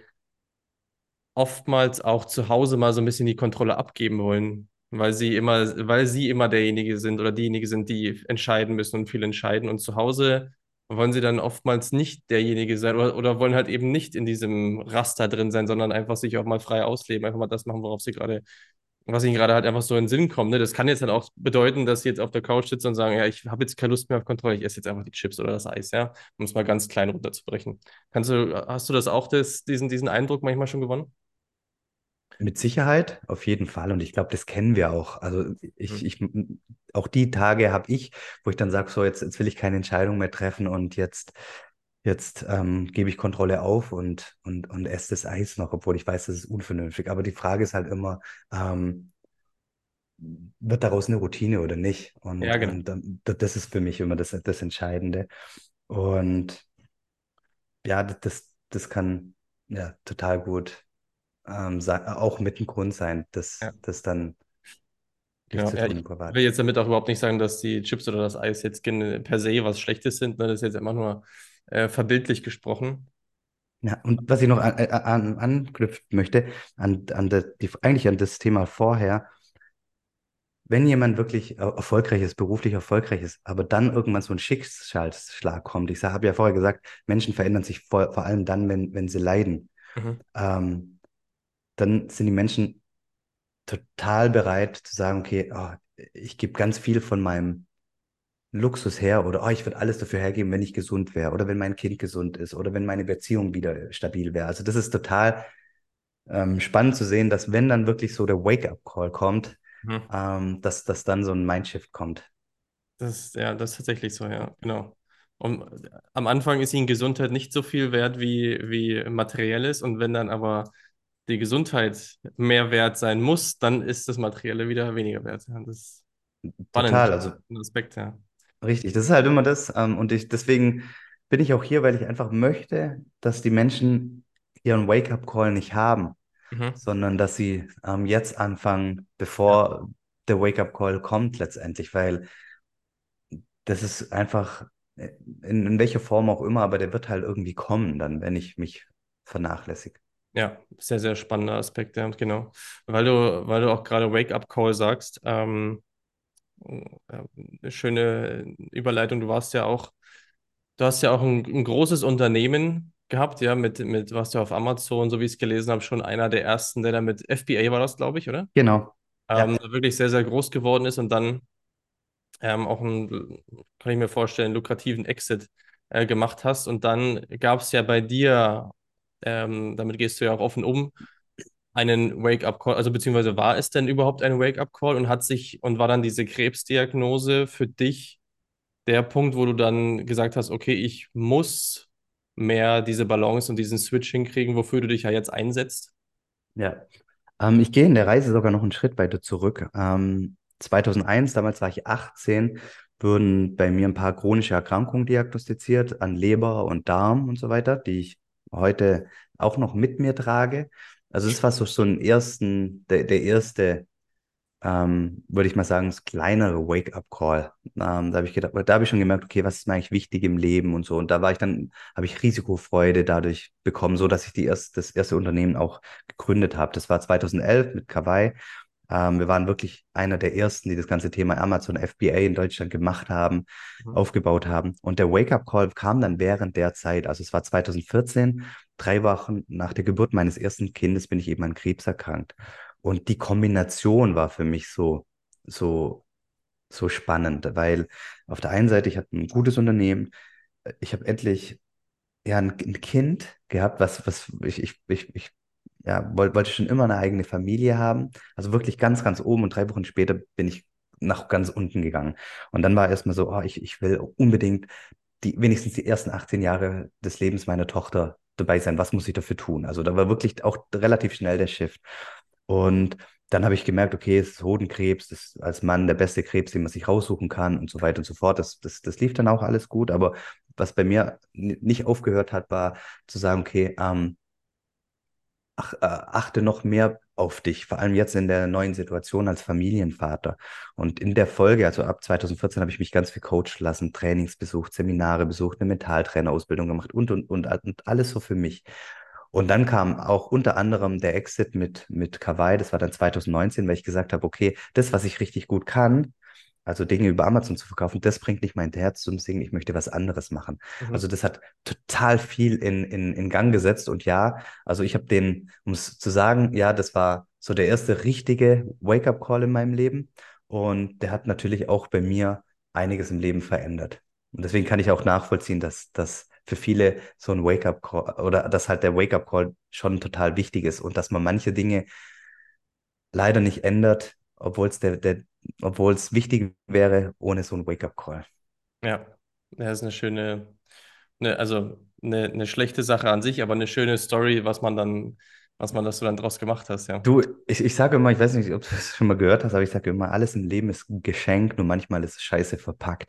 oftmals auch zu Hause mal so ein bisschen die Kontrolle abgeben wollen, weil sie immer, weil sie immer derjenige sind oder diejenige sind, die entscheiden müssen und viel entscheiden. Und zu Hause wollen sie dann oftmals nicht derjenige sein oder, oder wollen halt eben nicht in diesem Raster drin sein, sondern einfach sich auch mal frei ausleben, einfach mal das machen, worauf sie gerade, was ihnen gerade halt einfach so in den Sinn kommt. Ne? Das kann jetzt dann auch bedeuten, dass sie jetzt auf der Couch sitzen und sagen, ja, ich habe jetzt keine Lust mehr auf Kontrolle, ich esse jetzt einfach die Chips oder das Eis, ja, um es mal ganz klein runterzubrechen. Kannst du, hast du das auch, das, diesen, diesen Eindruck manchmal schon gewonnen? Mit Sicherheit, auf jeden Fall. Und ich glaube, das kennen wir auch. Also ich, ich, auch die Tage habe ich, wo ich dann sage, so jetzt, jetzt will ich keine Entscheidung mehr treffen und jetzt, jetzt ähm, gebe ich Kontrolle auf und, und, und esse das Eis noch, obwohl ich weiß, das ist unvernünftig. Aber die Frage ist halt immer, ähm, wird daraus eine Routine oder nicht? Ja, Und, genau. und ähm, das ist für mich immer das, das Entscheidende. Und ja, das, das kann ja total gut ähm, sa- auch mit ein Grund sein, Ja, das, das dann nicht genau. zu Ja, tun ich im Privat. will jetzt damit auch überhaupt nicht sagen, dass die Chips oder das Eis jetzt gen- per se was Schlechtes sind. Ne? Das ist jetzt immer nur äh, verbildlich gesprochen. Ja, und was ich noch an, äh, an, anknüpfen möchte, an, an das, die, eigentlich an das Thema vorher, wenn jemand wirklich äh, erfolgreich ist, beruflich erfolgreich ist, aber dann irgendwann so ein Schicksalsschlag kommt, ich habe ja vorher gesagt, Menschen verändern sich vor, vor allem dann, wenn, wenn sie leiden, Mhm. ähm, dann sind die Menschen total bereit zu sagen, okay, oh, ich gebe ganz viel von meinem Luxus her oder oh, ich würde alles dafür hergeben, wenn ich gesund wäre oder wenn mein Kind gesund ist oder wenn meine Beziehung wieder stabil wäre. Also das ist total ähm, spannend zu sehen, dass wenn dann wirklich so der Wake-up-Call kommt, Mhm. ähm, dass, dass dann so ein Mindshift kommt. Das ist, ja, das ist tatsächlich so, ja, genau. Und äh, am Anfang ist ihnen Gesundheit nicht so viel wert wie, wie materielles. Und wenn dann aber die Gesundheit mehr wert sein muss, dann ist das Materielle wieder weniger wert. Ja, das ist spannend, Total, also ein Aspekt, ja. richtig. Das ist halt immer das. Ähm, und ich, deswegen bin ich auch hier, weil ich einfach möchte, dass die Menschen ihren Wake-up-Call nicht haben, Mhm. sondern dass sie ähm, jetzt anfangen, Ja, bevor der Wake-up-Call kommt letztendlich, weil das ist einfach, äh, in, in welcher Form auch immer, aber der wird halt irgendwie kommen, dann, wenn ich mich vernachlässige. ja, sehr, sehr spannender Aspekt, ja, genau. Weil du, weil du auch gerade Wake-up-Call sagst, ähm, ja, eine schöne Überleitung. Du warst ja auch, du hast ja auch ein, ein großes Unternehmen gehabt, ja, mit, mit, warst ja auf Amazon, so wie ich es gelesen habe, schon einer der ersten, der da mit F B A war das, glaube ich, oder? Genau. Ja, Ähm, wirklich sehr, sehr groß geworden ist und dann ähm, auch einen, kann ich mir vorstellen, lukrativen Exit äh, gemacht hast. Und dann gab es ja bei dir, ähm, damit gehst du ja auch offen um, einen Wake-up-Call, also beziehungsweise war es denn überhaupt ein Wake-up-Call und hat sich und war dann diese Krebsdiagnose für dich der Punkt, wo du dann gesagt hast, okay, ich muss mehr diese Balance und diesen Switch hinkriegen, wofür du dich ja jetzt einsetzt? Ja. Ähm, ich gehe in der Reise sogar noch einen Schritt weiter zurück. Ähm, zweitausendeins, damals war ich achtzehn, wurden bei mir ein paar chronische Erkrankungen diagnostiziert an Leber und Darm und so weiter, die ich heute auch noch mit mir trage. Also das war so, so ein ersten, der, der erste, ähm, würde ich mal sagen, das kleinere Wake-up-Call. Ähm, da habe ich gedacht, da habe ich schon gemerkt, okay, was ist mir eigentlich wichtig im Leben und so. Und da war ich dann, habe ich Risikofreude dadurch bekommen, so dass ich die erst, das erste Unternehmen auch gegründet habe. Das war zweitausendelf mit Kawai. Ähm, wir waren wirklich einer der ersten, die das ganze Thema Amazon F B A in Deutschland gemacht haben, Mhm. aufgebaut haben. Und der Wake-up-Call kam dann während der Zeit. Also es war zweitausendvierzehn, drei Wochen nach der Geburt meines ersten Kindes bin ich eben an Krebs erkrankt. Und die Kombination war für mich so, so, so spannend, weil auf der einen Seite, ich hatte ein gutes Unternehmen, ich habe endlich ja ein, ein Kind gehabt, was, was ich, ich, ich, ich ja, wollte, wollte schon immer eine eigene Familie haben. Also wirklich ganz, ganz oben und drei Wochen später bin ich nach ganz unten gegangen. Und dann war erstmal so, oh, ich, ich will unbedingt die, wenigstens die ersten achtzehn Jahre des Lebens meiner Tochter dabei sein. Was muss ich dafür tun? Also da war wirklich auch relativ schnell der Shift. Und dann habe ich gemerkt, okay, es ist Hodenkrebs, das ist als Mann der beste Krebs, den man sich raussuchen kann und so weiter und so fort. Das, das, das lief dann auch alles gut. Aber was bei mir n- nicht aufgehört hat, war zu sagen, okay, ähm, ach, äh, achte noch mehr auf dich, vor allem jetzt in der neuen Situation als Familienvater. Und in der Folge, also ab zweitausendvierzehn, habe ich mich ganz viel coachen lassen, Trainings besucht, Seminare besucht, eine Mentaltrainerausbildung gemacht und, und, und, und alles so für mich. Und dann kam auch unter anderem der Exit mit, mit Kawai, das war dann zweitausendneunzehn, weil ich gesagt habe, okay, das, was ich richtig gut kann, also Dinge über Amazon zu verkaufen, das bringt nicht mein Herz zum Singen, ich möchte was anderes machen. Also Mhm. das hat total viel in, in, in Gang gesetzt und ja, also ich habe den, um es zu sagen, ja, das war so der erste richtige Wake-up-Call in meinem Leben und der hat natürlich auch bei mir einiges im Leben verändert. Und deswegen kann ich auch nachvollziehen, dass das für viele so ein Wake-up-Call oder dass halt der Wake-up-Call schon total wichtig ist und dass man manche Dinge leider nicht ändert, obwohl es der, der, obwohl es wichtig wäre ohne so ein Wake-up-Call. Ja, das ist eine schöne, eine, also eine, eine schlechte Sache an sich, aber eine schöne Story, was man dann, was man, dass du dann draus gemacht hast, ja. Du, ich, ich sage immer, ich weiß nicht, ob du das schon mal gehört hast, aber ich sage immer, alles im Leben ist ein Geschenk, nur manchmal ist es scheiße verpackt.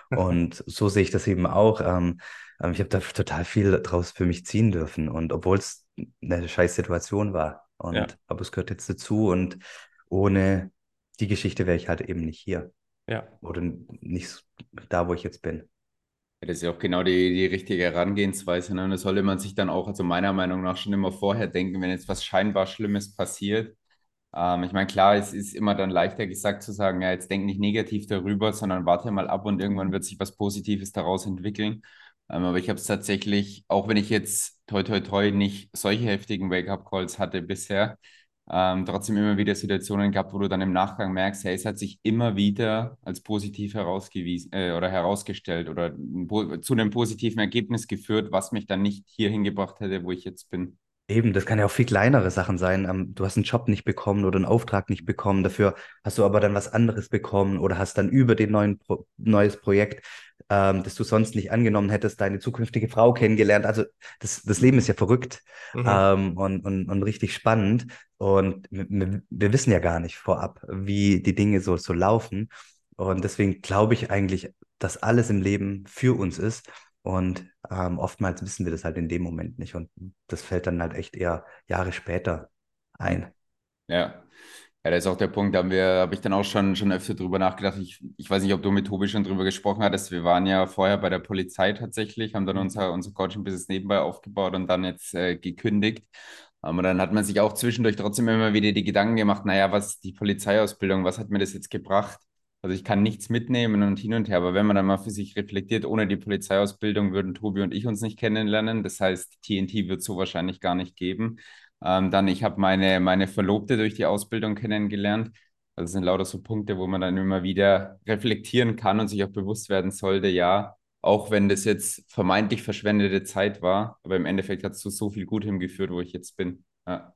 Und so sehe ich das eben auch. Ähm, ähm, ich habe da total viel draus für mich ziehen dürfen. Und obwohl es eine scheiß Situation war. Ja, Und aber es gehört jetzt dazu. Und ohne die Geschichte wäre ich halt eben nicht hier. ja, Oder nicht da, wo ich jetzt bin. Ja, das ist ja auch genau die, die richtige Herangehensweise. Ne? Und das sollte man sich dann auch, also meiner Meinung nach, schon immer vorher denken, wenn jetzt was scheinbar Schlimmes passiert. Ähm, ich meine, klar, es ist immer dann leichter gesagt zu sagen, ja, jetzt denk nicht negativ darüber, sondern warte mal ab und irgendwann wird sich was Positives daraus entwickeln. Ähm, aber ich habe es tatsächlich, auch wenn ich jetzt toi toi toi nicht solche heftigen Wake-up-Calls hatte bisher, ähm, trotzdem immer wieder Situationen gehabt, wo du dann im Nachgang merkst, hey, es hat sich immer wieder als positiv herausgewiesen äh, oder herausgestellt oder ein, po- zu einem positiven Ergebnis geführt, was mich dann nicht hierhin gebracht hätte, wo ich jetzt bin. Eben, das kann ja auch viel kleinere Sachen sein. Ähm, du hast einen Job nicht bekommen oder einen Auftrag nicht bekommen. Dafür hast du aber dann was anderes bekommen oder hast dann über den neuen Pro neues Projekt, ähm, das du sonst nicht angenommen hättest, deine zukünftige Frau kennengelernt. Also das, das Leben ist ja verrückt mhm. ähm, und, und, und richtig spannend. Und wir, wir wir wissen ja gar nicht vorab, wie die Dinge so, so laufen. Und deswegen glaube ich eigentlich, dass alles im Leben für uns ist. Und ähm, oftmals wissen wir das halt in dem Moment nicht. Und das fällt dann halt echt eher Jahre später ein. Ja. Ja, das ist auch der Punkt, da haben wir, habe ich dann auch schon, schon öfter drüber nachgedacht. Ich, ich weiß nicht, ob du mit Tobi schon drüber gesprochen hattest. Wir waren ja vorher bei der Polizei tatsächlich, haben dann unser, unser Coaching-Business nebenbei aufgebaut und dann jetzt äh, gekündigt. Aber dann hat man sich auch zwischendurch trotzdem immer wieder die Gedanken gemacht, naja, was die Polizeiausbildung, was hat mir das jetzt gebracht? Also ich kann nichts mitnehmen und hin und her, aber wenn man dann mal für sich reflektiert, ohne die Polizeiausbildung würden Tobi und ich uns nicht kennenlernen. Das heißt, T N T wird es so wahrscheinlich gar nicht geben. Ähm, dann, ich habe meine, meine Verlobte durch die Ausbildung kennengelernt. Also das sind lauter so Punkte, wo man dann immer wieder reflektieren kann und sich auch bewusst werden sollte, ja, auch wenn das jetzt vermeintlich verschwendete Zeit war, aber im Endeffekt hat es zu so viel Gutem geführt, wo ich jetzt bin. Ja.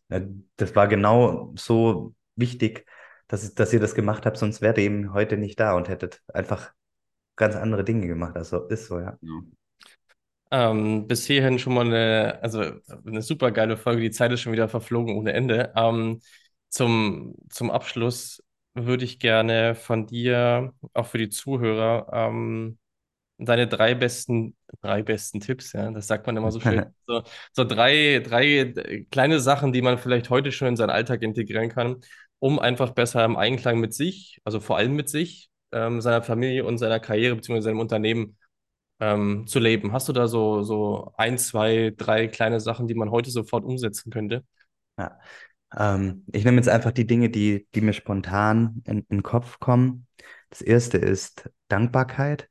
Ja, das war genau so wichtig, dass, dass ihr das gemacht habt, sonst wärt ihr eben heute nicht da und hättet einfach ganz andere Dinge gemacht. Also ist so, ja. Ja. Ähm, bis hierhin schon mal eine, also eine super geile Folge. Die Zeit ist schon wieder verflogen ohne Ende. Ähm, zum, zum Abschluss würde ich gerne von dir, auch für die Zuhörer, ähm, deine drei besten, drei besten Tipps, ja, das sagt man immer so schön. So, so drei, drei kleine Sachen, die man vielleicht heute schon in seinen Alltag integrieren kann, um einfach besser im Einklang mit sich, also vor allem mit sich, ähm, seiner Familie und seiner Karriere bzw. seinem Unternehmen ähm, zu leben. Hast du da so, so ein, zwei, drei kleine Sachen, die man heute sofort umsetzen könnte? Ja. Ähm, ich nehme jetzt einfach die Dinge, die, die mir spontan in, in den Kopf kommen. Das erste ist Dankbarkeit.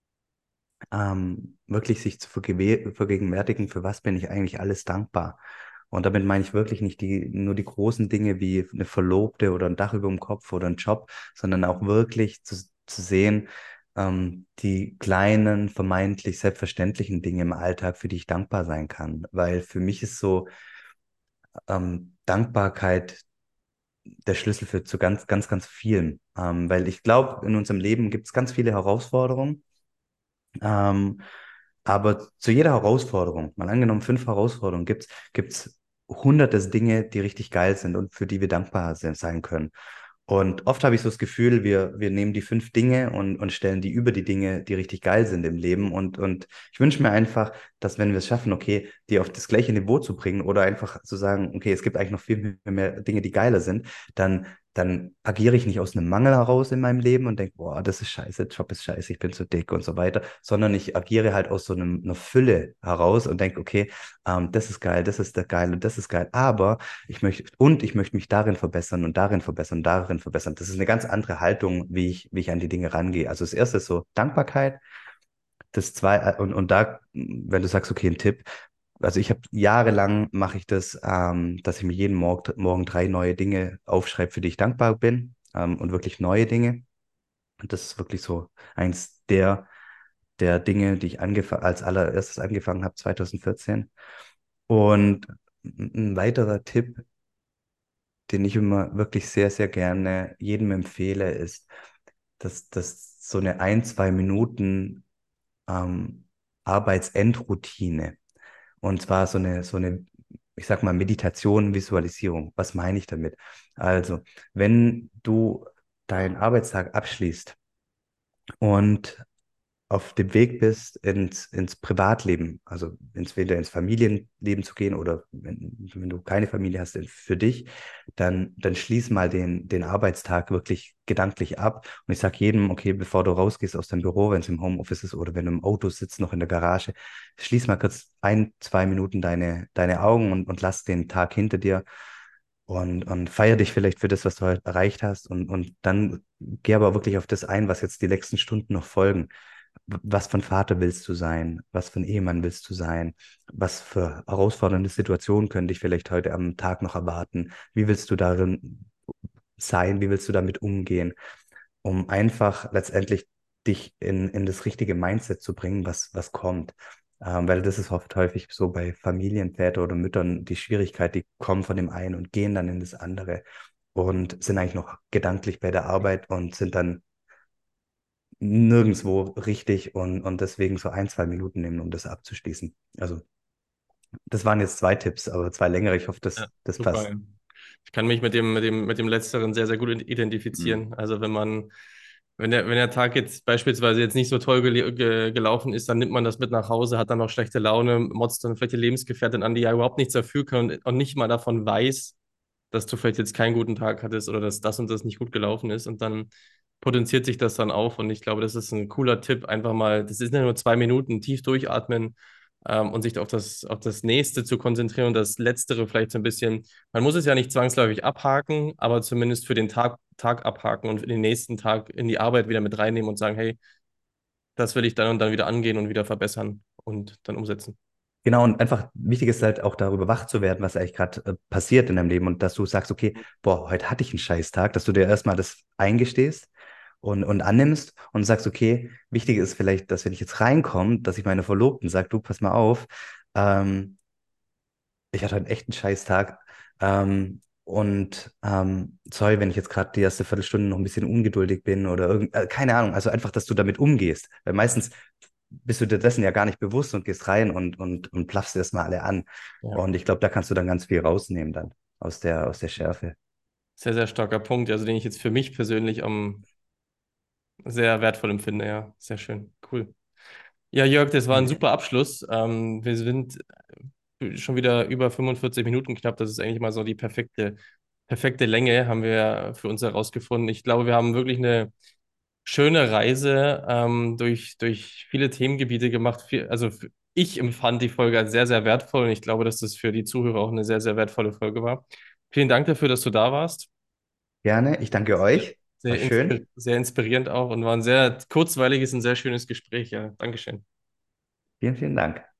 Ähm, wirklich sich zu vergewe- vergegenwärtigen, für was bin ich eigentlich alles dankbar. Und damit meine ich wirklich nicht die, nur die großen Dinge wie eine Verlobte oder ein Dach über dem Kopf oder ein Job, sondern auch wirklich zu, zu sehen, ähm, die kleinen, vermeintlich selbstverständlichen Dinge im Alltag, für die ich dankbar sein kann. Weil für mich ist so ähm, Dankbarkeit der Schlüssel für zu ganz, ganz, ganz vielen. Ähm, weil ich glaube, in unserem Leben gibt es ganz viele Herausforderungen. Ähm, aber zu jeder Herausforderung, mal angenommen fünf Herausforderungen, gibt's gibt's hundertes Dinge, die richtig geil sind und für die wir dankbar sein sein können. Und oft habe ich so das Gefühl, wir, wir nehmen die fünf Dinge und, und stellen die über die Dinge, die richtig geil sind im Leben. Und, und ich wünsche mir einfach, dass wenn wir es schaffen, okay, die auf das gleiche Niveau zu bringen oder einfach zu sagen, okay, es gibt eigentlich noch viel mehr Dinge, die geiler sind, dann dann agiere ich nicht aus einem Mangel heraus in meinem Leben und denke, boah, das ist scheiße, Job ist scheiße, ich bin zu dick und so weiter, sondern ich agiere halt aus so einem, einer Fülle heraus und denke, okay, ähm, das ist geil, das ist der geil und das ist geil, aber ich möchte, und ich möchte mich darin verbessern und darin verbessern und darin verbessern. Das ist eine ganz andere Haltung, wie ich, wie ich an die Dinge rangehe. Also das erste ist so Dankbarkeit, das zwei, und, und da, wenn du sagst, okay, ein Tipp, also ich habe jahrelang mache ich das, ähm, dass ich mir jeden Morgen, Morgen drei neue Dinge aufschreibe, für die ich dankbar bin, ähm, und wirklich neue Dinge. Und das ist wirklich so eins der, der Dinge, die ich angef- als allererstes angefangen habe, zwanzig vierzehn. Und ein ein weiterer Tipp, den ich immer wirklich sehr, sehr gerne jedem empfehle, ist, dass das so eine ein, zwei Minuten ähm, Arbeitsendroutine. Und zwar so eine, so eine, ich sag mal, Meditation, Visualisierung. Was meine ich damit? Also, wenn du deinen Arbeitstag abschließt und auf dem Weg bist ins, ins Privatleben, also entweder ins Familienleben zu gehen oder wenn, wenn du keine Familie hast, für dich, dann, dann schließ mal den, den Arbeitstag wirklich gedanklich ab. Und ich sage jedem, okay, bevor du rausgehst aus deinem Büro, wenn es im Homeoffice ist oder wenn du im Auto sitzt, noch in der Garage, schließ mal kurz ein, zwei Minuten deine, deine Augen und, und lass den Tag hinter dir und, und feier dich vielleicht für das, was du heute erreicht hast und, und dann geh aber wirklich auf das ein, was jetzt die nächsten Stunden noch folgen. Was für ein Vater willst du sein? Was für ein Ehemann willst du sein? Was für herausfordernde Situationen können dich vielleicht heute am Tag noch erwarten? Wie willst du darin sein? Wie willst du damit umgehen? Um einfach letztendlich dich in, in das richtige Mindset zu bringen, was, was kommt. Ähm, weil das ist oft häufig so bei Familien, Väter oder Müttern die Schwierigkeit, die kommen von dem einen und gehen dann in das andere und sind eigentlich noch gedanklich bei der Arbeit und sind dann nirgendwo richtig und, und deswegen so ein, zwei Minuten nehmen, um das abzuschließen. Also, das waren jetzt zwei Tipps, aber zwei längere. Ich hoffe, Ja, das, das super. passt. Ich kann mich mit dem, mit dem, mit dem Letzteren sehr, sehr gut Mhm. identifizieren. Also wenn man, wenn der, wenn der Tag jetzt beispielsweise jetzt nicht so toll gele ge gelaufen ist, dann nimmt man das mit nach Hause, hat dann noch schlechte Laune, motzt dann vielleicht die Lebensgefährtin an, die ja überhaupt nichts dafür kann und, und nicht mal davon weiß, dass du vielleicht jetzt keinen guten Tag hattest oder dass das und das nicht gut gelaufen ist. Und dann potenziert sich das dann auf. Und ich glaube, das ist ein cooler Tipp. Einfach mal, das sind ja nur zwei Minuten, tief durchatmen, ähm, und sich auf das, auf das Nächste zu konzentrieren und das Letztere vielleicht so ein bisschen. Man muss es ja nicht zwangsläufig abhaken, aber zumindest für den Tag, Tag abhaken und für den nächsten Tag in die Arbeit wieder mit reinnehmen und sagen, hey, das will ich dann und dann wieder angehen und wieder verbessern und dann umsetzen. Genau, und einfach wichtig ist halt auch darüber wach zu werden, was eigentlich gerade äh, passiert in deinem Leben und dass du sagst, okay, boah, heute hatte ich einen Scheißtag, dass du dir erstmal das eingestehst und, und annimmst und sagst, okay, wichtig ist vielleicht, dass wenn ich jetzt reinkomme, dass ich meiner Verlobten sage, du, pass mal auf, ähm, ich hatte einen echten Scheißtag. Ähm, und ähm, sorry, wenn ich jetzt gerade die erste Viertelstunde noch ein bisschen ungeduldig bin oder irgend, äh, keine Ahnung, also einfach, dass du damit umgehst. Weil meistens bist du dir dessen ja gar nicht bewusst und gehst rein und, und, und plaffst erstmal alle an. Ja, Und ich glaube, da kannst du dann ganz viel rausnehmen dann aus der, aus der Schärfe. sehr, sehr starker Punkt, also den ich jetzt für mich persönlich am sehr wertvoll empfinde. Ja, sehr schön. Cool. Ja, Jörg, das war ein Danke. super Abschluss. Ähm, wir sind schon wieder über fünfundvierzig Minuten knapp. Das ist eigentlich mal so die perfekte, perfekte Länge, haben wir für uns herausgefunden. Ich glaube, wir haben wirklich eine schöne Reise ähm, durch, durch viele Themengebiete gemacht. Viel, also f- ich empfand die Folge als sehr, sehr wertvoll und ich glaube, dass das für die Zuhörer auch eine sehr, sehr wertvolle Folge war. Vielen Dank dafür, dass du da warst. Gerne, ich danke euch. War Sehr, schön. inspir sehr inspirierend auch und war ein sehr kurzweiliges und sehr schönes Gespräch. Ja, Dankeschön. Vielen, vielen Dank.